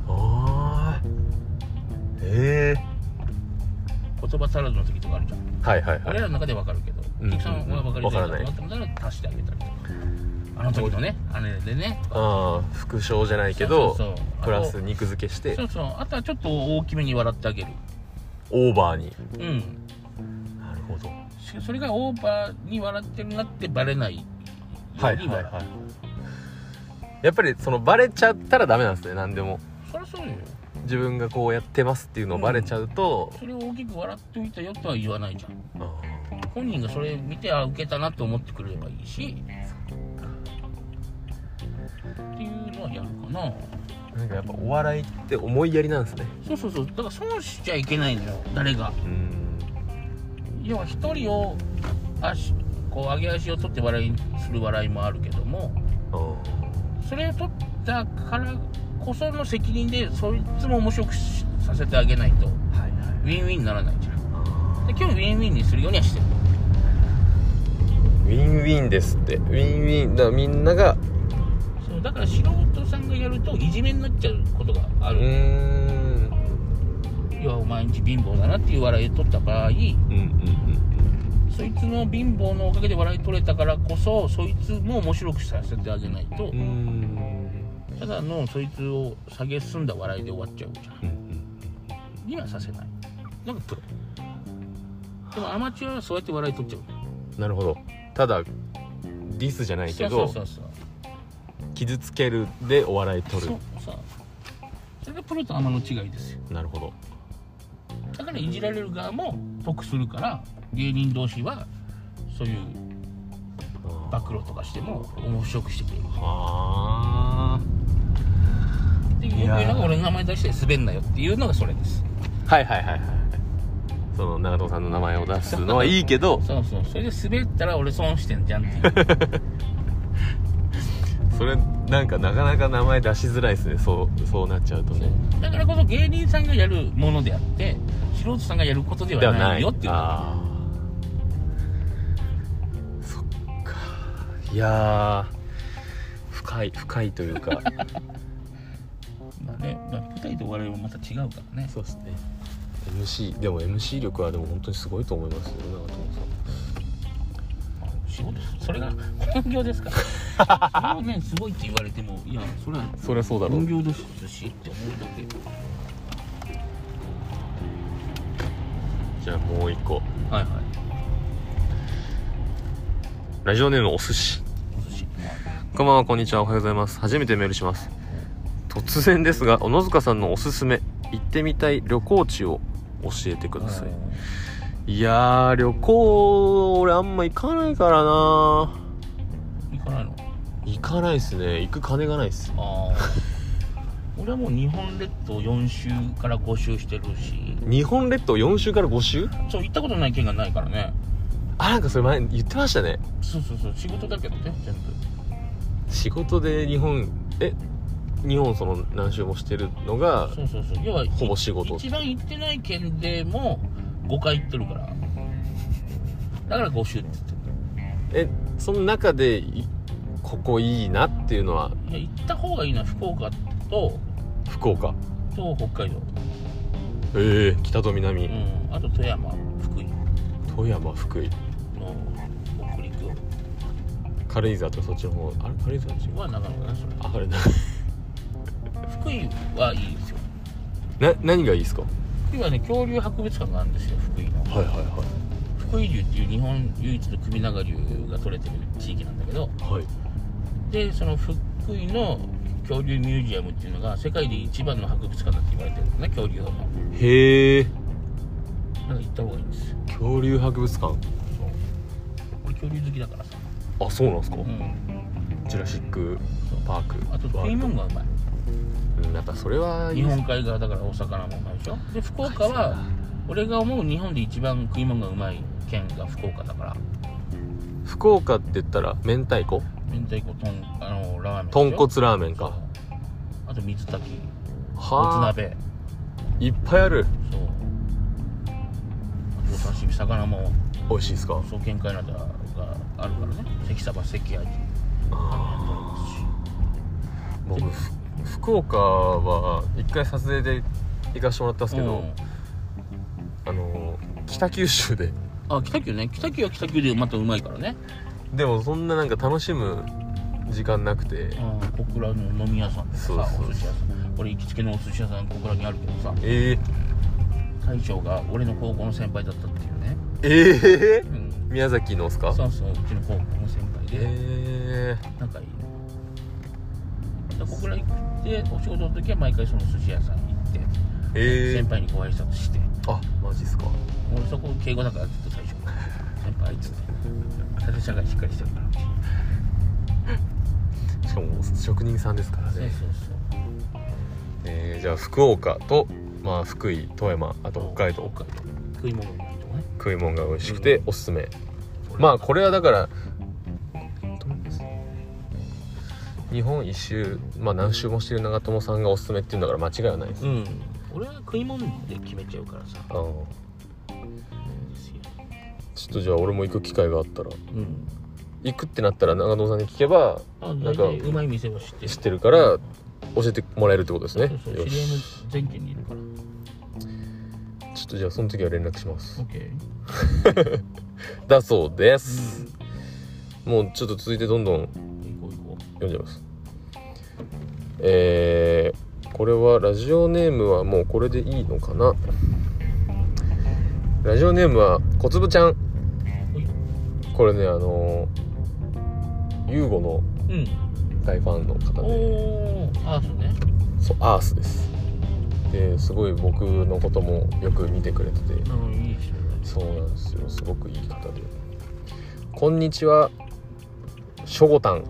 言葉サラダの時とかあるじゃん。はいはいはい。俺らの中で分かるけど、菊さんは分かりづらいなと思ったら足してあげたりとか。あの時のね、あれでね。 副賞じゃないけど、プラス肉付けして。 あとはちょっと大きめに笑ってあげる。 オーバーに。 なるほど。それがオーバーに笑ってるなってバレないように笑う。 やっぱりそのバレちゃったらダメなんですね。何でも。 そりゃそうよ。 自分がこうやってますっていうのをバレちゃうと、 それを大きく笑っておいたよとは言わないじゃん。本人がそれ見て受けたなと思ってくれればいいしっていうのはやるかな。 なんかやっぱお笑いって思いやりなんですね。 そうだから損しちゃいけないのよ、誰が。要は一人をこう上げ足を取って笑いする笑いもあるけども、それを取ったからこその責任でそいつも面白くさせてあげないと、ウィンウィンにならないじゃん。で今日ウィンウィンにするようにはしてる。 ウィンウィンですって。ウィンウィンだからみんながそうだから素人さんがやるといじめになっちゃうことがある。要はお前んち貧乏だなっていう笑いを取った場合、そいつの貧乏のおかげで笑い取れたからこそそいつも面白くさせてあげないと、ただのそいつを下げすんだ笑いで終わっちゃうじゃん。にはさせない。なんかプロ。でもアマチュアはそうやって笑い取っちゃう。 なるほど。ただディスじゃないけど、傷つけるでお笑い取る。 それがプロとアマの違いですよ。 なるほど。 だからいじられる側も得するから、芸人同士はそういう暴露とかしても面白くしてくれる。っていうのが俺の名前出して滑んなよっていうのがそれです。 その長友さんの名前を出すのはいいけどそれで滑ったら俺損してんじゃんっていうそれなんかなかなか名前出しづらいですね。そうなっちゃうとね。 だからこそ芸人さんがやるものであって素人さんがやることではないよっていう。 そっか。 いやー深いというかまあね、深いと我々もまた違うからね。 そうですね。でも MC 力はでも本当にすごいと思いますよ、長友さん。 仕事、それが本業ですからそれをねすごいって言われても、いやそれはそうだろう。 本業ですしって思うだけ。 じゃあもう一個。 はいはい。 ラジオネームお寿司。こんばんは、こんにちは、おはようございます。初めてメールします。突然ですが、小野塚さんのおすすめ行ってみたい旅行地を教えてください。いやー、旅行俺あんま行かないからな。 行かないの？ 行かないっすね。行く金がないっす。 俺はもう日本列島4周から5周してるし。 日本列島4周から5周？ そう、行ったことない県がないからね。 なんかそれ前言ってましたね。 そう仕事だけどね、全部仕事で日本その何周もしてるのが、 そう要はほぼ仕事。 一番行ってない県でも5回行ってるから、だから5周って言ってる。 その中でここいいなっていうのは？ いや、行った方がいいのは福岡と北海道。 北と南。 あと富山、福井の北陸、 軽井沢とかそっちの方。軽井沢違うは長野かな、それ。 あれ福井はいいですよ。 何がいいですか？ 福井はね、恐竜博物館があるんですよ、福井の。福井竜っていう日本唯一の首長竜が取れてる地域なんだけど、でその福井の恐竜ミュージアムっていうのが世界で一番の博物館だって言われてるんですね、恐竜の。 へえ。 だから行った方がいいんですよ。 恐竜博物館。そう、 俺恐竜好きだからさ。 そうなんですか？ジュラシックパーク。 あと食い物がうまい。 やっぱそれはいい。 日本海側だからお魚もうまいでしょ。で福岡は俺が思う日本で一番食い物がうまい県が福岡だから。 福岡って言ったら明太子ラーメン、 豚骨ラーメンか。 あと水炊き、もつ鍋、 いっぱいある。 そう、あとお刺身、魚も美味しいですか？ そう、県海灘があるからね。関サバ、関アジ、 僕福岡は一回撮影で行かしてもらったんですけど、北九州で。 北九ね。北九は北九でまたうまいからね。 でもそんななんか楽しむ時間なくて、 小倉の飲み屋さんでさ、お寿司屋さん、俺行きつけのお寿司屋さん小倉にあるけどさ、大将が俺の高校の先輩だったっていうね。 宮崎のっすか？ そう、うちの高校の先輩で、仲いいね。小倉行ってお仕事の時は毎回その寿司屋さん行って、先輩にご挨拶して。 マジっすか？ 俺そこ敬語だからずっと最初先輩あいつね、縦社会しっかりしてるから。 しかも職人さんですからね。 そうじゃあ福岡と、福井、富山、あと北海道。 食い物がいいとね。 食い物が美味しくておすすめ。これはだから日本一周、何周もしてる長友さんがおすすめっていうんだから間違いはないです。 俺は食い物で決めちゃうからさ。 ちょっとじゃあ俺も行く機会があったら、行くってなったら長友さんに聞けば、 なんかうまい店を知ってるから教えてもらえるってことですね。 知り合いも全県にいるから。 ちょっとじゃあその時は連絡します。 OK だそうです。もうちょっと続いてどんどん読んじゃいます。これはラジオネームはもうこれでいいのかな。ラジオネームは小粒ちゃん。これねユーゴの大ファンの方で、 アースね。 そう、アースです。ですごい僕のこともよく見てくれてて、 いい人だね。 そうなんですよ、すごくいい方で。こんにちは、ショゴタン。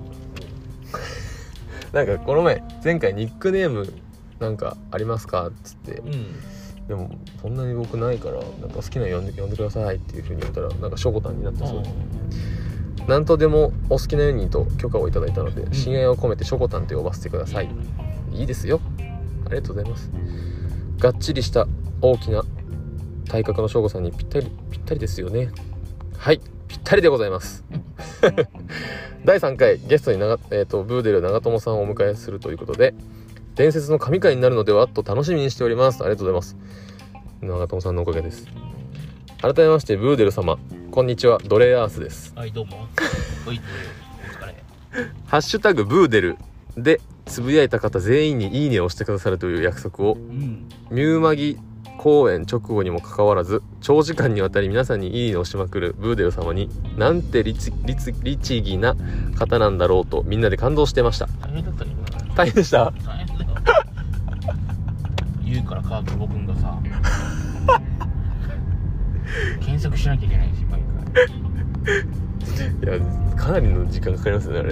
なんかこの前回ニックネームなんかありますかっつって、でもそんなに僕ないからなんか好きなの呼んでくださいっていう風に言ったらなんかショゴタンになったそうです。なんとでもお好きなようにと許可をいただいたので、親愛を込めてショゴタンと呼ばせてください。いいですよ、ありがとうございます。がっちりした大きな体格のショゴさんにぴったりですよね。はい、 ぴったりでございます第3回ゲストにブーデル長友さんをお迎えするということで、伝説の神回になるのではと楽しみにしております。ありがとうございます。長友さんのおかげです。改めましてブーデル様、こんにちは。ドレイアースです。 はい、どうも。お疲れ。 ハッシュタグブーデルでつぶやいた方全員にいいねを押してくださるという約束を、ミューマギ公演直後にもかかわらず長時間にわたり皆さんにいいねをしまくるブーデル様に、なんて律儀な方なんだろうとみんなで感動してました。 大変だったね。 大変でした。 大変だよ。言うからカー久保君がさ検索しなきゃいけないし、毎回いやかなりの時間かかりますよね、あれ。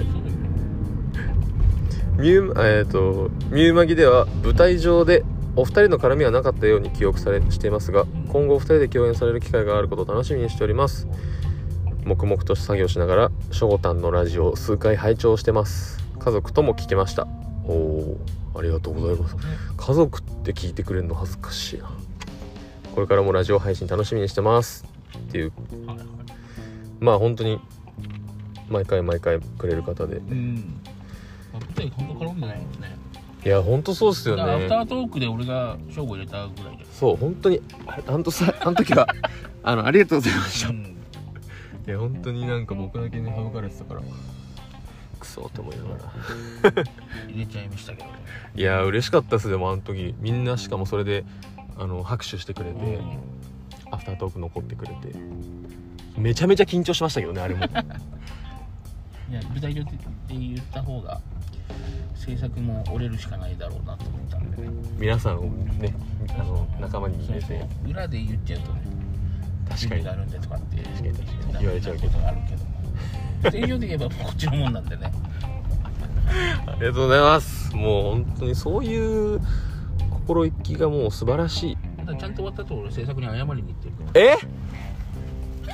ミューマギでは舞台上でお二人の絡みはなかったように記憶していますが、今後お二人で共演される機会があることを楽しみにしております。黙々と作業しながらショゴタンのラジオを数回拝聴してます。家族とも聞けました。ありがとうございます。家族って聞いてくれるの恥ずかしいな。これからもラジオ配信楽しみにしてますっていう、まあ本当に毎回くれる方で、 本当絡んでないもんね。 いや本当そうっすよね。 アフタートークで俺がショーゴ入れたぐらいで、 そう本当にあの時はありがとうございました。いや本当になんか僕だけね省かれてたからクソって思いながら入れちゃいましたけどね。 いや嬉しかったっす。でもあの時みんなしかもそれで拍手してくれて、アフタートーク残ってくれて、めちゃめちゃ緊張しましたけどね、あれも。 いや舞台上って言った方が制作も折れるしかないだろうなと思ったんでね。 皆さんをね仲間に入れて、 裏で言っちゃうとね、 確かにあるんでとかって言われちゃうけどあるけども、正常的に言えばこっちのもんなんでね。 ありがとうございます。もう本当にそういう心意気がもう素晴らしい。 だちゃんと終わったと俺制作に謝りに行ってるから。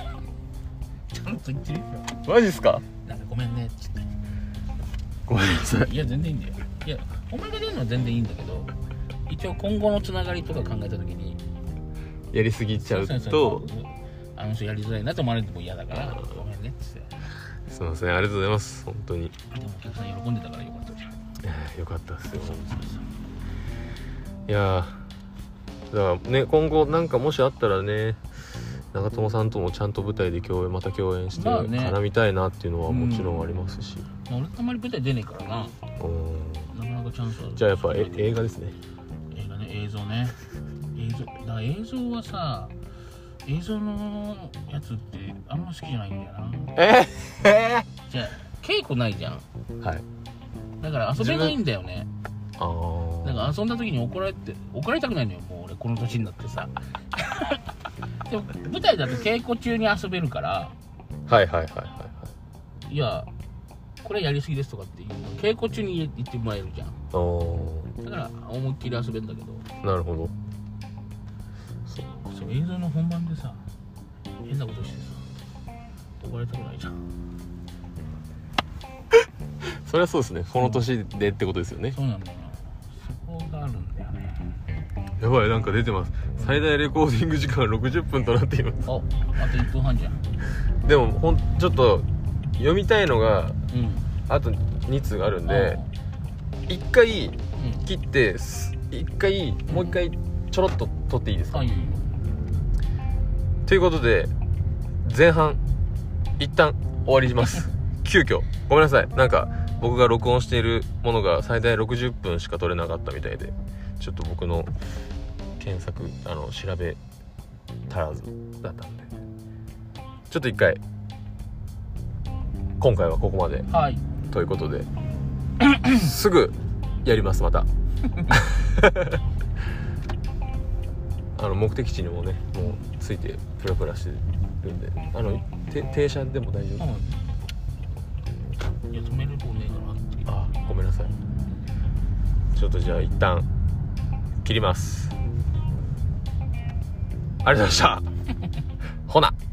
ちゃんと言ってるよ。 マジっすか。 なんかごめんねっつって。 ごめんなさい。 いや全然いいんだよ。いやお前が出るのは全然いいんだけど、一応今後のつながりとか考えた時にやりすぎちゃうと、 あの人やりづらいなと思われても嫌だから、ごめんねっつって。 すいません、ありがとうございます。本当に。 でもお客さん喜んでたからよかったじゃん。 よかったですよ。いやだからね、今後なんかもしあったらね、長友さんともちゃんと舞台でまた共演して絡みたいなっていうのはもちろんありますし、 俺あんまり舞台出ねえからな。なかなかチャンスある。 じゃあやっぱ映画ですね。 映画ね、映像ね。映像はさ、映像のやつってあんま好きじゃないんだよな。じゃあ稽古ないじゃん。 はい。 だから遊べないんだよね。なんか遊んだ時に怒られたくないのよ。もう俺この年になってさ。でも舞台だと稽古中に遊べるから。いやこれやりすぎですとかっていうの稽古中に言ってもらえるじゃん。だから思いっきり遊べるんだけど。なるほど。そう映像の本番でさ変なことしてさ怒られたくないじゃん。 そりゃそうですね。この年でってことですよね。 そうなんだよな。そこがあるんだよね。 やばい、なんか出てます。最大レコーディング時間60分となっています。 あと1分半じゃん。 でもちょっと読みたいのが、あと2通あるんで、1回切ってもう1回ちょろっと撮っていいですか。ということで前半一旦終わりします。急遽ごめんなさい。なんか僕が録音しているものが最大60分しか撮れなかったみたいで、ちょっと僕の検索調べ足らずだったんで、ちょっと一回今回はここまで、ということですぐやります。また目的地にもねもう着いてプラプラしてるんで、停車でも大丈夫。 いや止めるとこねえから。 ごめんなさい。ちょっとじゃあ一旦切ります。ありがとうございました。ほな。